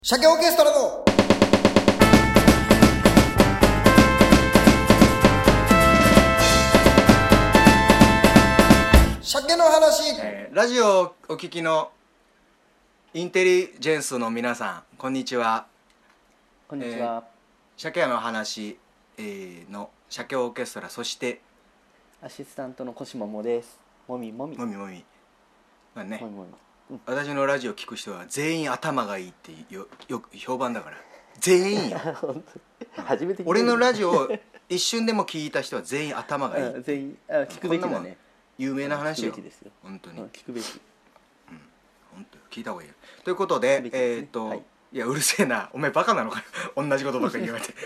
鮭オーケストラの鮭の話、 ラジオをお聞きのインテリジェンスの皆さん、こんにちは。 こんにちは。 鮭屋の話、の鮭オーケストラ、そしてアシスタントの腰もです。もみもみ。 もみもみ、まあね、 もみもみ。 私のラジオ聞く人は全員頭がいいってよく評判だから、全員よ初めて聞いた。 俺のラジオを一瞬でも聞いた人は全員頭がいい。 全員聞くべきだね。 有名な話よ。 聞くべきですよ。 本当に。 聞くべき。 本当聞いた方がいいよ。ということで、はい、いやうるせえな、お前バカなのか同じことばっかり言われて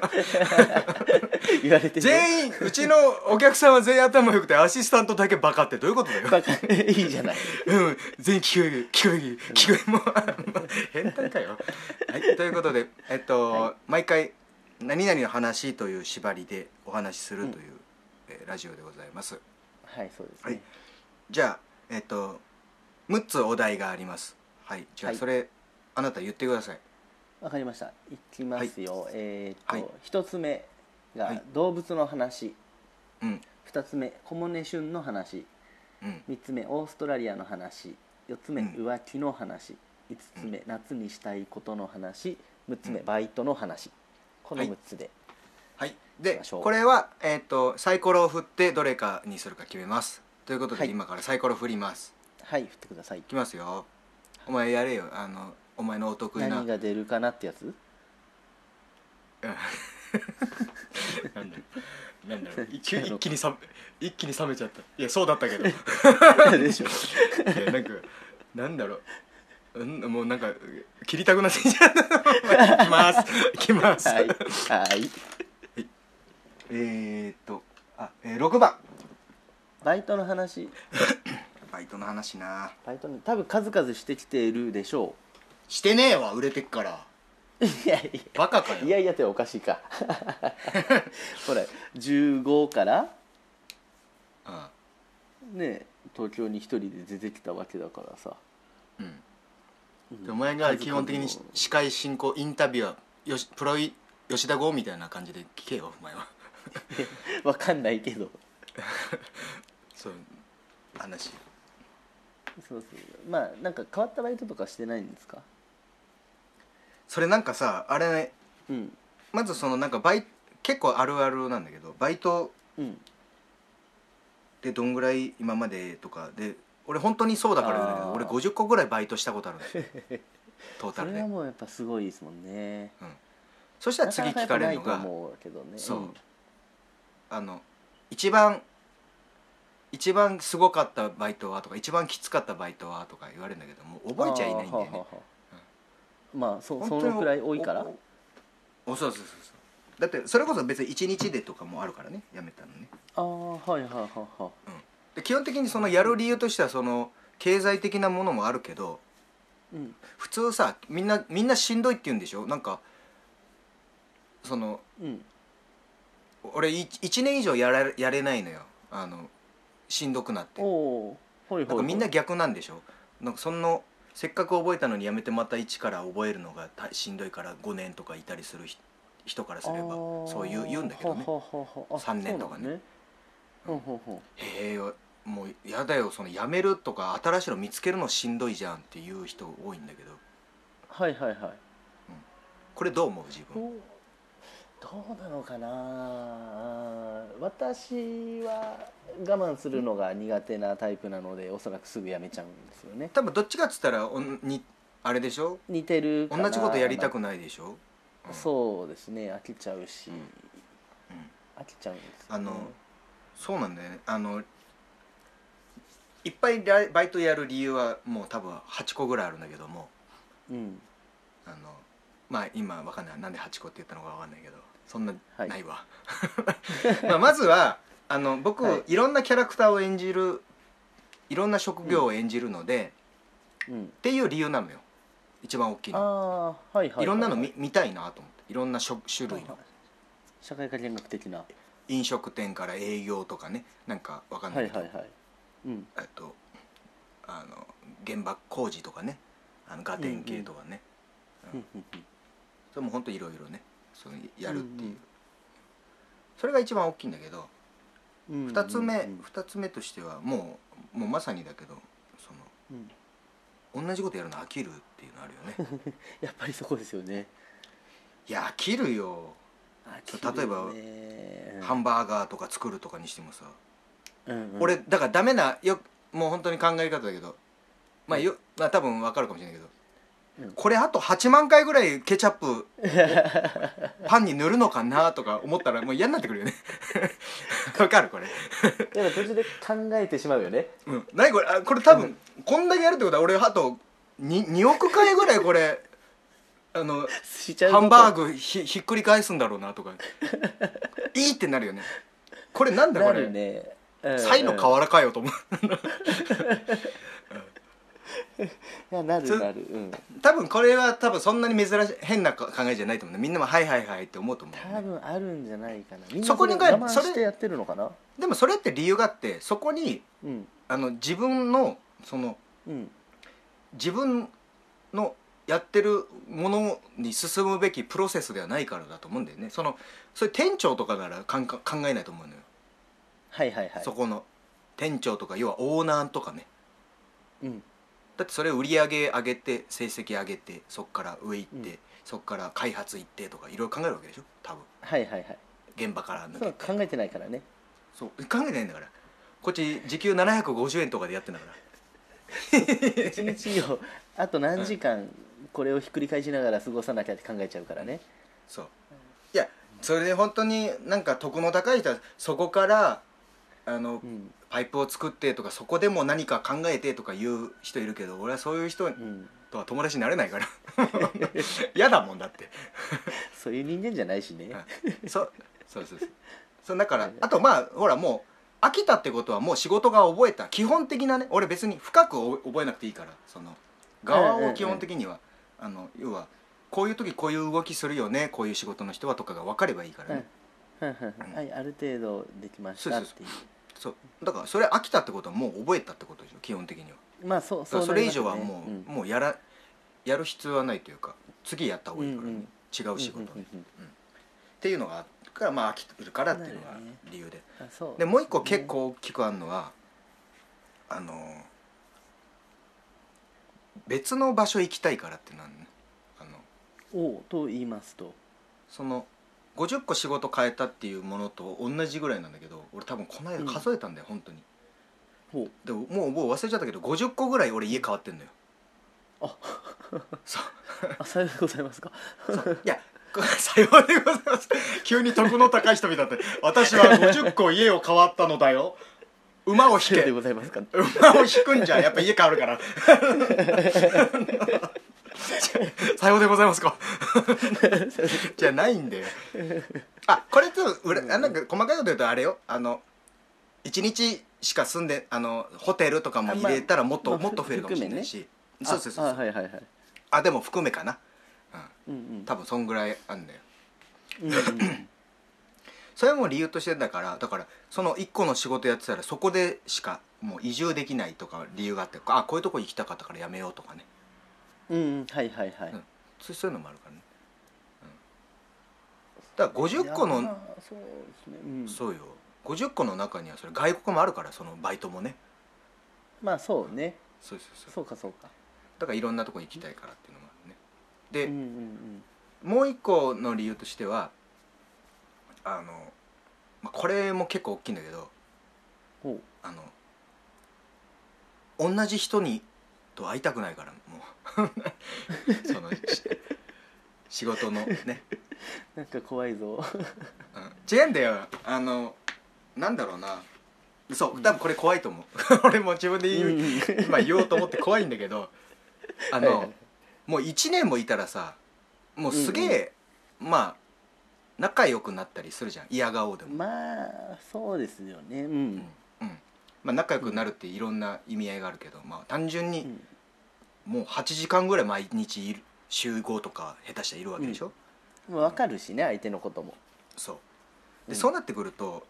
言われてる。 全員うちのお客さんは全員頭良くてアシスタントだけバカってどういうことだよ。 バカいいじゃない。 全員聞こえもう変態かよ。はい、ということではい、毎回何々の話という縛りでお話しするという、ラジオでございます。 はい、そうですね。 はい、じゃあ6つお題があります。はい、じゃあそれ、はい、あなた言ってください。 わかりました。いきますよ。 はい、 1つ目が動物の話、 うん、 2つ目コモネシュンの話、 うん、 3つ目オーストラリアの話、4つ目、 うん、 浮気の話、5つ目、夏にしたいことの話、6つ目、バイトの話、この6つで、 はい、でこれは、サイコロを振ってどれかにするか決めます。ということで、はい、今からサイコロ振ります。 はい、振ってください。いきますよ。お前やれよ、お前のお得意な何が出るかなってやつなんだろう一気に冷めちゃった。いやそうだったけどでしょいやなんだろう、もうなんか切りたくなってきちゃったいきますはい、はい、 6番バイトの話バイトの話な。 バイト多分数々してきているでしょう。してねえわ、売れてっから。 いやいやバカかよ。 いやいやっておかしいかほら15からね東京に一人で出てきたわけだからさ、 お前が基本的に司会進行インタビュアープロ吉田剛みたいな感じで聞けよお前はわかんないけどそう話。 そうまあなんか変わったバイトとかしてないんですか？ それなんかさあれね、まずそのなんか結構あるあるなんだけど、バイトでどんぐらい今までとかで、俺本当にそうだから言うんだけど、俺50個ぐらいバイトしたことあるのトータルで。 それはもうやっぱすごいですもんね。 そしたら次聞かれるのが、そう、一番すごかったバイトはとか一番きつかったバイトはとか言われるんだけども、覚えちゃいないんだよね。 まあそのくらい多いから。 そうだってそれこそ別に1日でとかもあるからね、辞めたのね。 はいはいはいはい。 で基本的にそのやる理由としてはその経済的なものもあるけど、普通さみんなしんどいって言うんでしょ。なんかその、俺1年以上やれないのよ、しんどくなって。なんかみんな逆なんでしょ。なんかせっかく覚えたのにやめてまた一から覚えるのがしんどいから5年とかいたりする人からすればそう言うんだけどね。3年とかね。へえ、もうやだよ、そのやめるとか新しいの見つけるのしんどいじゃんっていう人多いんだけど。 はいはいはい。 これどう思う自分？ どうなのかな。私は我慢するのが苦手なタイプなのでおそらくすぐやめちゃうんですよね。 多分どっちかっつったらあれでしょ、 似てるかな。 同じことやりたくないでしょ。 そうですね、飽きちゃうし、飽きちゃうんですよね。 そうなんだよね。いっぱいバイトやる理由はもう多分8個ぐらいあるんだけども、まあ今わかんない、なんで8個って言ったのかわかんないけど、そんなないわまずは僕、いろんなキャラクターを演じる、いろんな職業を演じるので、っていう理由なのよ、一番大きいの。いろんなの見たいなと思って、いろんな種類の社会科見学的な飲食店から営業とかね、なんかわかんないけど、現場工事とかね、ガテン系とかね、 それも本当いろいろねそのやるっていう、それが一番大きいんだけど、二つ目としてはもうまさにだけどその、同じことやるの飽きるっていうのあるよねやっぱりそこですよね。 いや飽きるよ。例えばハンバーガーとか作るとかにしてもさ、俺だからダメなもう本当に考え方だけど、まあ多分分かるかもしれないけど、これあと8万回ぐらいケチャップパンに塗るのかなとか思ったらもう嫌になってくるよね分かるこれでも途中で考えてしまうよね。 何これこれ多分こんだけやるってことは俺あと 2億回ぐらいこれハンバーグひっくり返すんだろうなとかいいってなるよね。これなんだこれ、 なるね、 サイの河原かよと思ういやなる、 多分これは多分そんなに珍しい変な考えじゃないと思うね。みんなもはいはいはいって思うと思う、ね、 多分あるんじゃないかな。みんなそこに我慢してやってるのかな。 でもそれって理由があって、そこに、自分のその、自分のやってるものに進むべきプロセスではないからだと思うんだよね。それ店長とかなら考えないと思うのよ。そこの店長とか要はオーナーとかね、だってそれ売り上げ上げて成績上げてそこから上行って、そこから開発行ってとかいろいろ考えるわけでしょ多分。現場から抜けて。 そう考えてないからね。 そう考えてないんだから。こっち時給750円とかでやってんだから一日をあと何時間これをひっくり返しながら過ごさなきゃって考えちゃうからね。 そういやそれで本当になんか得の高い人はそこからパイプを作ってとかそこでも何か考えてとか言う人いるけど、俺はそういう人とは友達になれないから嫌だもんだってそういう人間じゃないしねそうだからあとまあほらもう飽きたってことはもう仕事が覚えた基本的なね、俺別に深く覚えなくていいから、その側を基本的には要はこういう時こういう動きするよねこういう仕事の人はとかが分かればいいからね。 ある程度できましたっていう。 そうだからそれ飽きたってことはもう覚えたってことでしょ基本的には。 まあそうそれ以上はもうやる必要はないというか、次やった方がいいからね、違う仕事っていうのがあるから、まあ飽きてるからっていうのが理由で。でもう一個結構大きくあるのは別の場所行きたいからっていうのはね。 と言いますとその50個仕事変えたっていうものと同じぐらいなんだけど、俺多分この間数えたんだよ、本当に。でももう忘れちゃったけど50個ぐらい俺家変わってんのよ。 そうさようでございますかいやさようでございます。急に得の高い人みたいになって、私は50個家を変わったのだよ、馬を引けでございますか。 馬を引くんじゃやっぱ家変わるからさようでございますかじゃないんだよ。これちょっとなんか細かいこと言うとあれよ、1日しか住んでホテルとかも入れたらもっと増えるかもしれないし、そうでも含めかな、多分そんぐらいあんだよそれも理由としてだからその1個の仕事やってたらそこでしかもう移住できないとか理由があって、こういうとこ行きたかったからやめようとかね。そういうのもあるからね。だから50個のそうよ、50個の中にはそれ外国もあるから、そのバイトもね。 まあそうね。 そうかだからいろんなとこ行きたいからっていうのもあるね。で、もう一個の理由としてはこれも結構大きいんだけど、同じ人と会いたくないからもうその仕事のねなんか怖いぞ違うんだよ。なんだろうな、多分これ怖いと思う俺も自分で今言おうと思って怖いんだけどもう1年もいたらさ、もうすげえまあ仲良くなったりするじゃん、嫌顔でも。 まあそうですよね。 まあ仲良くなるっていろんな意味合いがあるけど、まあ単純にもう8時間ぐらい毎日集合とか下手したらいるわけでしょ。 分かるしね、相手のことも。 でそうなってくると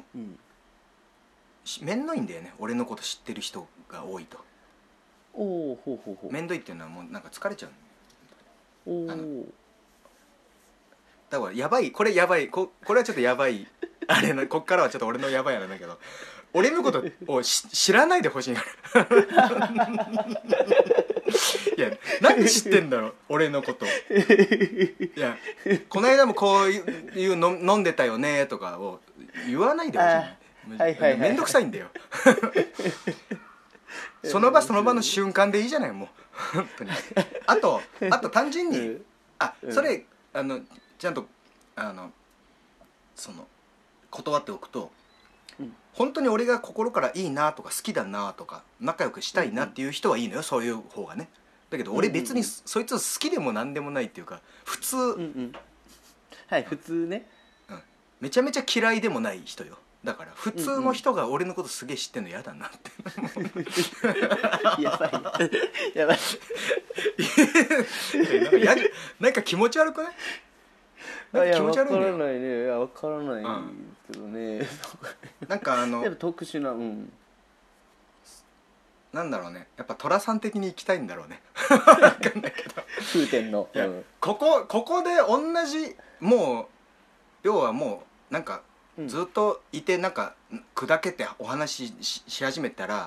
めんどいんだよね、俺のこと知ってる人が多いと。めんどいっていうのはもうなんか疲れちゃう。 おあのお。 だからやばい、これやばい、これはちょっとやばいあれな、こっからはちょっと俺のやばいあれだけど、俺のことを知らないでほしいからいや、なんで知ってんだろう俺のこと。いや、この間もこういうの飲んでたよねとかを言わないでほしい。 はいはいはい、 めんどくさいんだよその場その場の瞬間でいいじゃない、もう本当に。あと単純に、それちゃんとその断っておくと、本当に俺が心からいいなとか好きだなとか仲良くしたいなっていう人はいいのよ、そういう方がね。だけど俺別にそいつ好きでも何でもないっていうか、普通、 はい、普通ね、 めちゃめちゃ嫌いでもない人よ。だから普通の人が俺のことすげえ知ってんの嫌だなってやばいやばいなんか気持ち悪くない？なんか気持ち悪いんだよ。 分からないね、分からないんですけどね、 なんかやっぱ特殊な、 なんだろうね、やっぱ寅さん的に行きたいんだろうね分かんないけど、 風天の、 ここで同じ、もう要はもうなんかずっといて、なんか砕けてお話し始めたら、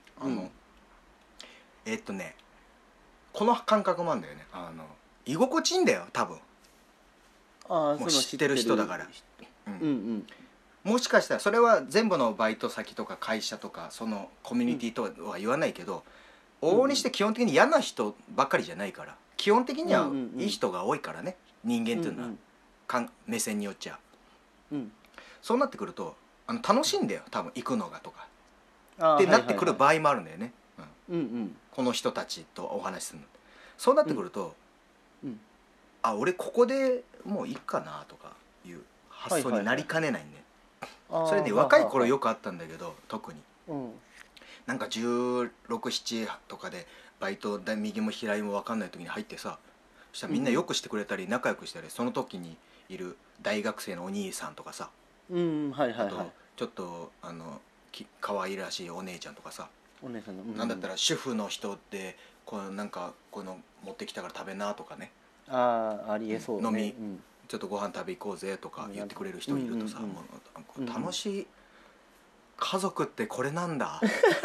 この感覚もあるんだよね。居心地いいんだよ多分。もう知ってる人だから。もしかしたらそれは全部のバイト先とか会社とかそのコミュニティとは言わないけど、往々にして基本的に嫌な人ばっかりじゃないから、基本的にはいい人が多いからね、人間っていうのは、目線によっちゃ、そうなってくると楽しいんだよ多分行くのがとかってなってくる場合もあるんだよね。この人たちとお話しするの。そうなってくると、俺ここでもういいかなとかいう発想になりかねないんで、それね若い頃よくあったんだけど、特になんか16、17とかでバイトで右も左も分かんない時に入ってさ、そしたらみんなよくしてくれたり仲良くしたり、その時にいる大学生のお兄さんとかさ、あとちょっと可愛らしいお姉ちゃんとかさ、 お姉さんの、 なんだったら主婦の人ってなんかこの持ってきたから食べなとかね、 ありえそうね、 ちょっとご飯食べ行こうぜとか言ってくれる人いるとさ、もう楽しい、家族ってこれなんだ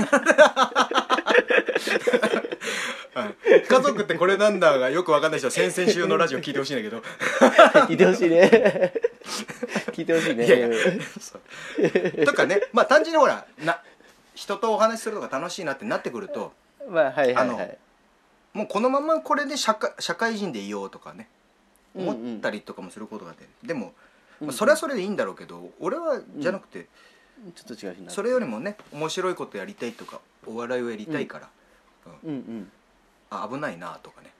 家族ってこれなんだがよく分かんない人は先々週のラジオ聞いてほしいんだけど聞いてほしいね聞いてほしいね。 いやいやとかね、まあ単純にほら人とお話しするのが楽しいなってなってくると、もうこのままこれで社会人でいようとかね思ったりとかもすることがあって、でも、それはそれでいいんだろうけど、俺はじゃなくて、 ちょっと違うしな、 それよりもね面白いことやりたいとかお笑いをやりたいから、危ないなとかね、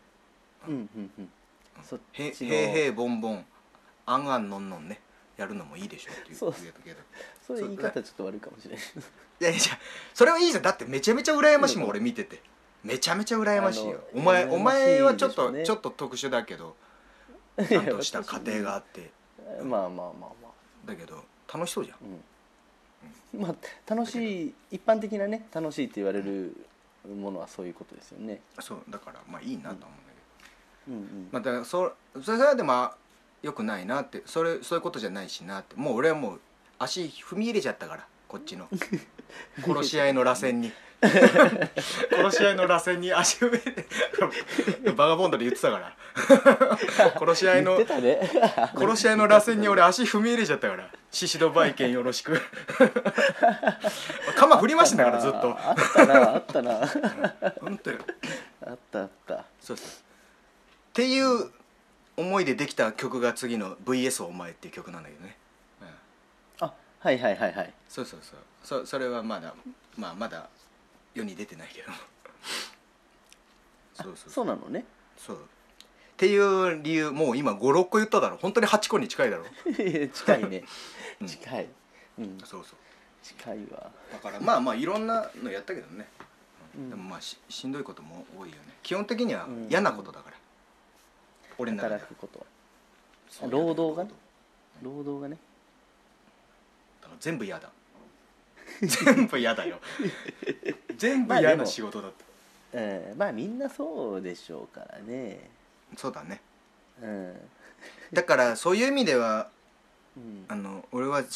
へいボンボンあんあんのんのんねやるのもいいでしょっていう。そういう言い方ちょっと悪いかもしれないいやいや、それはいいじゃん。だってめちゃめちゃ羨ましいもん俺見てて、めちゃめちゃ羨ましいよ。お前はちょっと特殊だけど、ちゃんとした家庭があってまあだけど楽しそうじゃん。 まあ楽しい、一般的なね楽しいって言われるものはそういうことですよね。 そうだからまあいいなと思うんだけど、またそれはでもよくないなって、そういうことじゃないしなって、もう俺はもう足踏み入れちゃったから、こっちの殺し合いの螺旋に殺し合いの螺旋に足踏み入れバガボンドで言ってたから殺し合いの螺旋に俺足踏み入れちゃったから、シシドバイケンよろしく鎌振りましたからずっと。 あったな本当よ、 あったそうっていう思いでできた曲が次の VS お前っていう曲なんだけどね、 はいそうそれはまだ世に出てないけどそうなのね。 そうっていう理由、もう今 5,6 個言っただろ。本当に8個に近いだろ近いね近い、 そう近いわ。 だからまあいろんなのやったけどね、でもまあ しんどいことも多いよね。基本的には嫌なことだから、俺の中で働くこと、労働がねだから全部嫌だ全部嫌だよ全部嫌な仕事だった。 まあみんなそうでしょうからね。 そうだね。 うん、 だからそういう意味ではうん、 俺は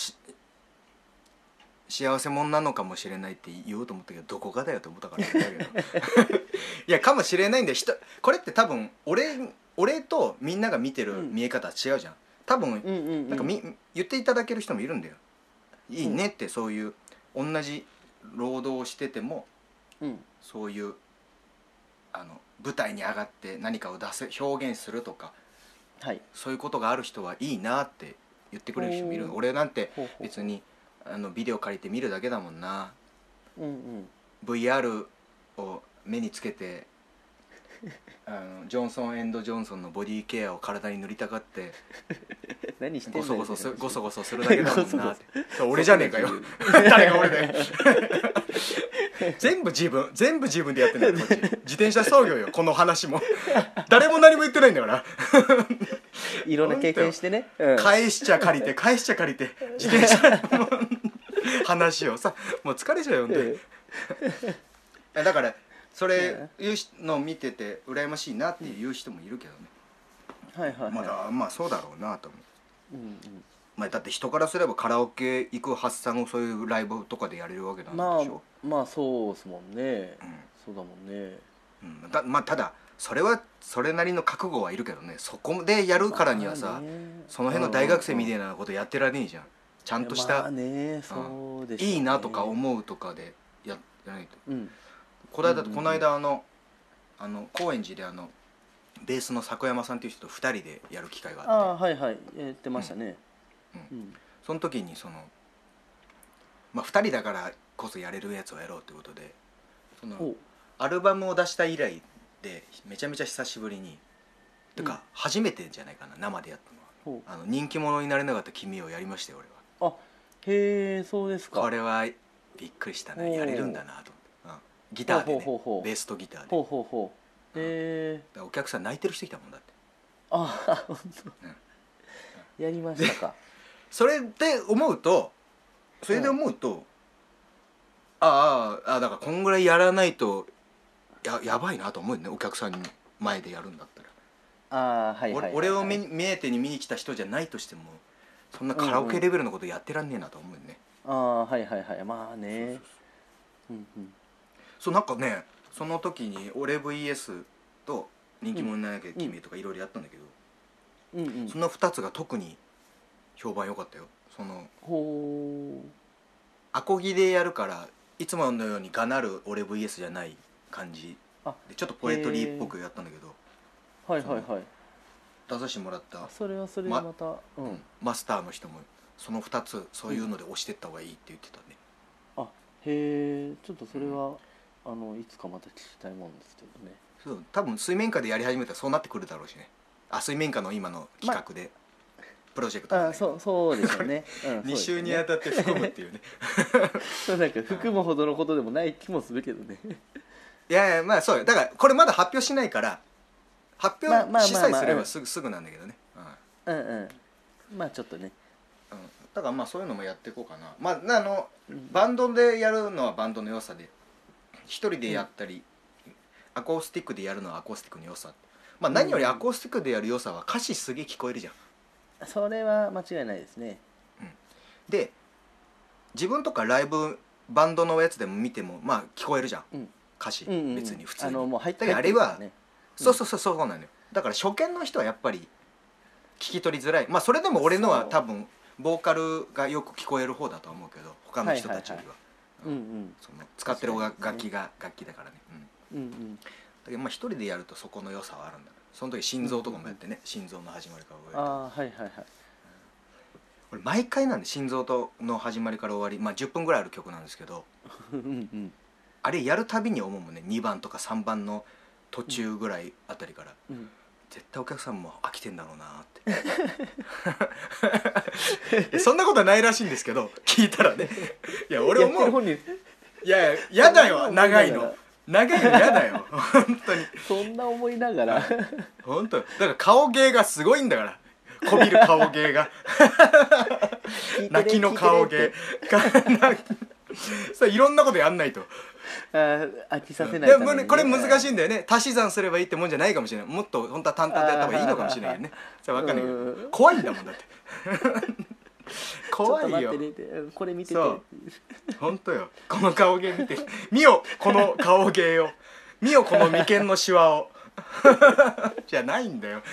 幸せ者なのかもしれないって言おうと思ったけど、どこがだよと思ったから言ったけどいやかもしれないんだよ。これって多分俺とみんなが見てる見え方は違うじゃん。多分うんうんうん、 なんか言っていただける人もいるんだよ。いいねって、そういう同じ労働をしてても、 うん、 そういう舞台に上がって何かを表現するとか、 はい、 そういうことがある人はいいなって言ってくれる人もいる。俺なんてほうほうほう別にビデオ借りて見るだけだもんな。 うんうん、 VR を目につけてジョンソン&ジョンソンのボディケアを体に塗りたがって何してんゴソのよゴソゴソするだけだもんなって。そう俺じゃねえかよ誰が俺だよ全部自分でやってんだよこっち。自転車操業よこの話も誰も何も言ってないんだからいろんな経験してね、うん、 返しちゃ借りて自転車の話をさ、もう疲れちゃうよ本当にだからそれ言うのを見てて羨ましいなっていう人もいるけどね、 はいはいはい、 まだまあそうだろうなと思う、 うんうん、 まあ、だって人からすればカラオケ行く発散をそういうライブとかでやれるわけなんでしょ。 まあそうですもんね、 うん、 そうだもんね、 うん、まあただそれはそれなりの覚悟はいるけどね。そこでやるからにはさ、その辺の大学生みたいなことやってられねえじゃん。ちゃんとした、 まあね、そうでしょうね、 いいなとか思うとかでやらないと、 うん、 この間高円寺でベースの迫山さんっていう人と2人でやる機会があって、 ああはいはい言ってましたね、 うんうん、その時にまあ、2人だからこそやれるやつをやろうってことで、アルバムを出した以来でめちゃめちゃ久しぶりに、てか初めてじゃないかな生でやったのは、人気者になれなかった君をやりましたよ俺は。 あ、へえ、そうですか。 これはびっくりしたね。やれるんだなと思って、ギターでね、ベースとギターで。 ほうほうほう。へえ。 お客さん泣いてる人いたもんだって。 ああ、本当。やりましたか。 それで思うと、だからこんぐらいやらないとやばいなと思うよね。お客さんに前でやるんだったら。 ああ、はいはいはいはい。 俺を目当てに見に来た人じゃないとしても、そんなカラオケレベルのことやってらんねえなと思うよね。 ああ、はいはいはい。まあね。 そうなんかね、その時に俺 VS と人気者にならなきゃ君とかいろいろやったんだけど、その2つが特に評判良かったよ。アコギでやるからいつものようにがなる俺 VS じゃない感じで、ちょっとポエトリーっぽくやったんだけど、 はいはいはい。 出させてもらったそれはそれでまた、 マスターの人もその2つそういうので押してった方がいいって言ってたね。 あ、へえ、ちょっとそれは、いつかまた聞きたいもんですけどね。 そう、多分水面下でやり始めたらそうなってくるだろうしね。水面下の今の企画で、プロジェクトなんだけど、 そうでしょうね。 2週にあたって含むっていうねなんか含むほどのことでもない気もするけどねいやいや、まあそうよ。だからこれまだ発表しないから発表しさえすればすぐなんだけどね。 まあちょっとね、 だからまあそういうのもやっていこうかな。まあバンドでやるのはバンドの良さで、一人でやったり、アコースティックでやるのはアコースティックの良さ。まあ何よりアコースティックでやる良さは歌詞すげえ聞こえるじゃん。 それは間違いないですね。 で自分とかライブバンドのやつでも見てもまあ聞こえるじゃん、歌詞、別に普通に。 もう入ってるからあれは、そうなのよ。だから初見の人はやっぱり聞き取りづらい。まあそれでも俺のは多分ボーカルがよく聞こえる方だと思うけど、他の人たちよりはその使ってる楽器だからね。だけどまあ一人でやるとそこの良さはあるんだ。その時心臓とかもやってね、心臓の始まりから終わり。俺毎回なんで、心臓の始まりから終わり、まあ10分ぐらいある曲なんですけどあれやるたびに思うもんね。2番とか3番の途中ぐらいあたりから、絶対お客さんも飽きてんだろうなってそんなことはないらしいんですけど、聞いたらね。いや俺思う、いややだよ、長いのやだよ本当に。 そんな思いながら本当だから顔芸がすごいんだから、こびる顔芸が泣きの顔芸さいろんなことやんないと。 飽きさせないために、ね、 でもこれ難しいんだよね。足し算すればいいってもんじゃないかもしれない。もっと本当は淡々とやった方がいいのかもしれないよね。さあ分かんないけど怖いんだもんだって怖いよ。 ちょっと待ってね、これ見てて。 そう本当よ。この顔芸見て見よこの顔芸を、見よこの眉間のシワをじゃないんだよ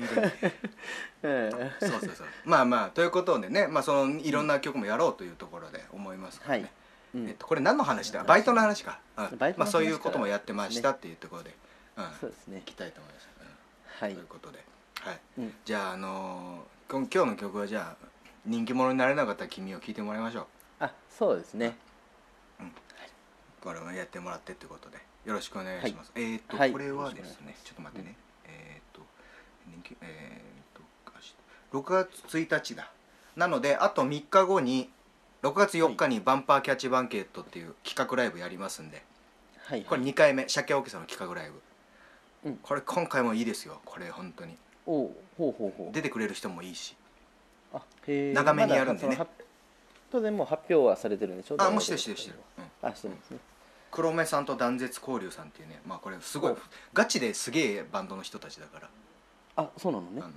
そうそうそう。まあまあということでね、まあそのいろんな曲もやろうというところで思いますので、ね、 はい、 これ何の話だ、バイトの話か、 バイトの話まあそういうこともやってましたっていうところで、 そうですね、 いきたいと思います、 はい、 ということで、はい、じゃあ今日の曲はじゃあ人気者になれなかった君を聴いてもらいましょう。 あ、そうですね、 これをやってもらってってことでよろしくお願いします。 はい、 これはですね、ちょっと待ってね、6月1日だ。なのであと3日後に6月4日にバンパーキャッチバンケットっていう企画ライブやりますんで、はい、これ2回目鮭オケさんの企画ライブ、これ今回もいいですよ。これ本当に出てくれる人もいいし、長めにやるんでね。 当然もう発表はされてるんでしょ。 もうしてる、してる、 してるんですね。 黒目さんと断絶交流さんっていうね、まあこれすごいガチですげえバンドの人たちだから。 あ、そうなのね。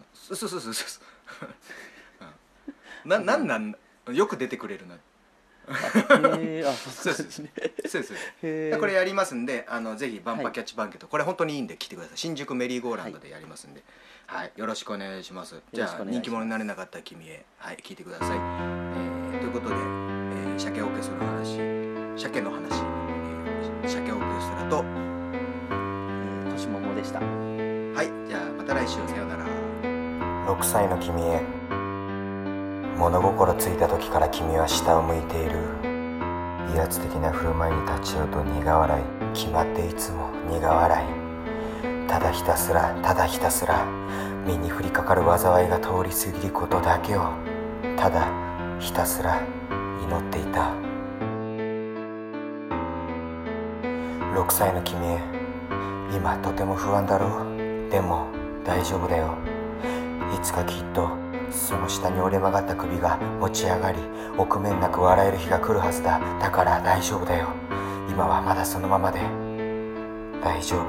なんよく出てくれるな。 そうですね。 これやりますんで、ぜひバンパーキャッチバンケット、これ本当にいいんで来てください。新宿メリーゴーランドでやりますんで、はい、よろしくお願いします。じゃあ人気者になれなかった君へ、はい、聞いてください。ということで、鮭オーケストラの話、鮭の話、鮭オーケストラと腰ももでした。 はい、じゃあまた来週、さようなら。 6歳の君へ。物心ついた時から君は下を向いている。威圧的な振る舞いに立ち寄ると苦笑い、決まっていつも苦笑い。ただひたすらただひたすら身に降りかかる災いが通り過ぎることだけをただひたすら祈っていた。6歳の君へ。今とても不安だろう。でも大丈夫だよ。いつかきっとその下に折れ曲がった首が持ち上がり、臆面なく笑える日が来るはずだ。だから大丈夫だよ。今はまだそのままで大丈夫。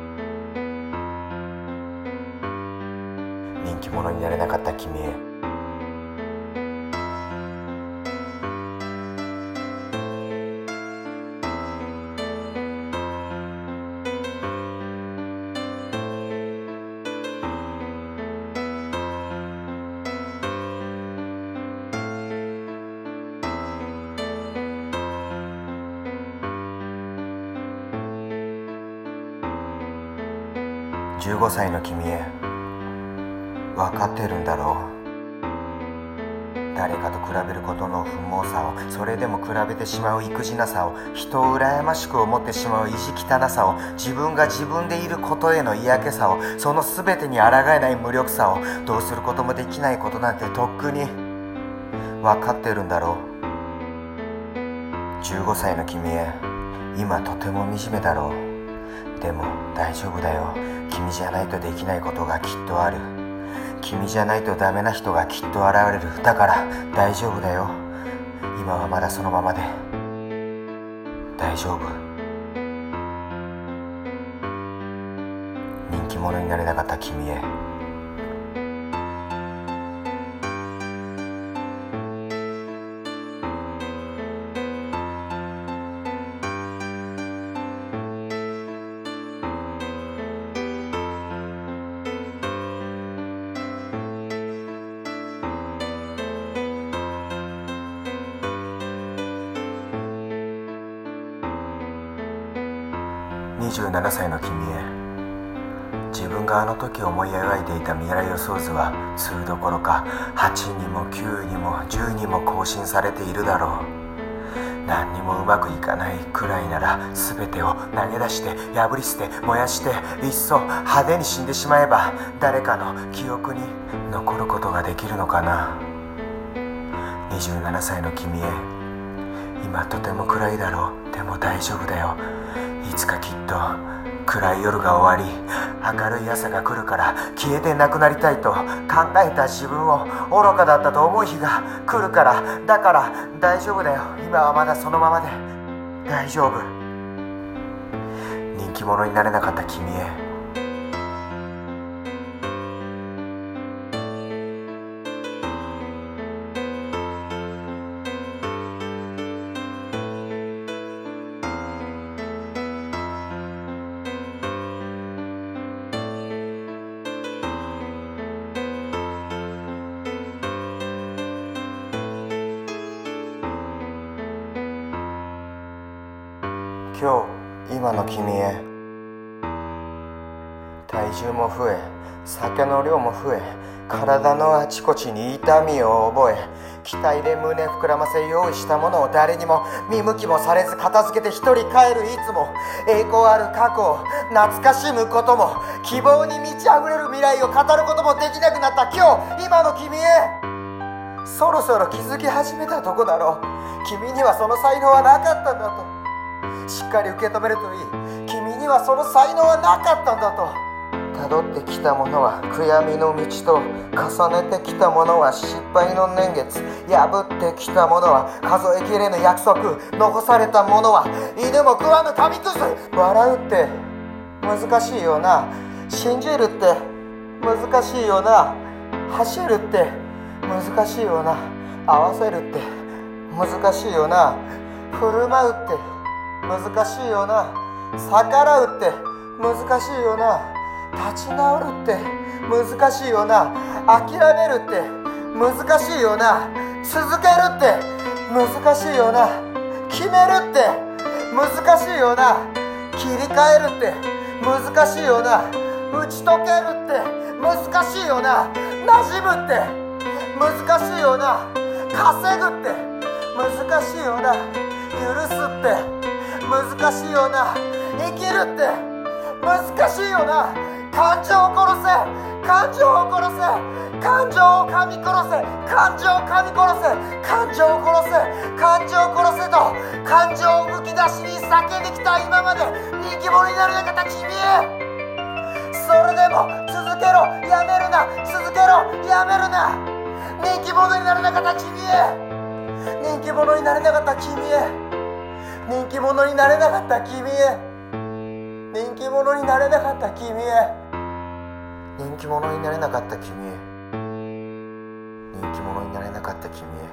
人気者になれなかった君へ。15歳の君へ。分かってるんだろう。誰かと比べることの不毛さを、それでも比べてしまう育児なさを、人を羨ましく思ってしまう意地汚さを、自分が自分でいることへの嫌気さを、その全てに抗えない無力さを、どうすることもできないことなんてとっくに分かってるんだろう。15歳の君へ。今とても惨めだろう。でも大丈夫だよ。君じゃないとできないことがきっとある。君じゃないとダメな人がきっと現れる。だから大丈夫だよ。今はまだそのままで大丈夫。人気者になれなかった君へ。27歳の君へ。自分があの時思い描いていた未来予想図は2どころか8にも9にも10にも更新されているだろう。何にもうまくいかないくらいなら全てを投げ出して破り捨て燃やしていっそ派手に死んでしまえば誰かの記憶に残ることができるのかな。27歳の君へ。今とても暗いだろう。でも大丈夫だよ。いつかきっと暗い夜が終わり明るい朝が来るから消えてなくなりたいと考えた自分を愚かだったと思う日が来るから、だから大丈夫だよ、今はまだそのままで大丈夫。人気者になれなかった君へ。今日今の君へ。体重も増え酒の量も増え体のあちこちに痛みを覚え、期待で胸膨らませ用意したものを誰にも見向きもされず片付けて一人帰るいつも、栄光ある過去を懐かしむことも希望に満ち溢れる未来を語ることもできなくなった今日今の君へ。そろそろ気づき始めたとこだろう。君にはその才能はなかったんだと。しっかり受け止めるといい。君にはその才能はなかったんだと。辿ってきたものは悔やみの道と、重ねてきたものは失敗の年月、破ってきたものは数えきれぬ約束、残されたものは犬も食わぬ紙くず。笑うって難しいよな、信じるって難しいよな、走るって難しいよな、合わせるって難しいよな、振る舞うって難しいよな、逆らうって難しいよな、立ち直るって難しいよな、諦めるって難しいよな、続けるって難しいよな、決めるって難しいよな、切り替えるって難しいよな、打ち解けるって難しいよな、馴染むって難しいよな、稼ぐって難しいよな、許すって難しいよな、生きるって難しいよな、感情を殺せ感情を殺せ感情を噛み殺せ感情を噛み殺せ感情を殺せ感情を殺せと感情をむき出しに叫んできた今まで人気者になれなかった君へ。それでも続けろやめるな、続けろやめるな、人気者になれなかった君へ、人気者になれなかった君へ、人気者になれなかった君へ、人気者になれなかった君へ、人気者になれなかった君へ、人気者になれなかった君へ、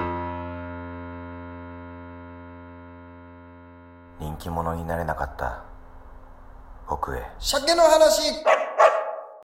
人気者になれなかった僕へ。 鮭の話。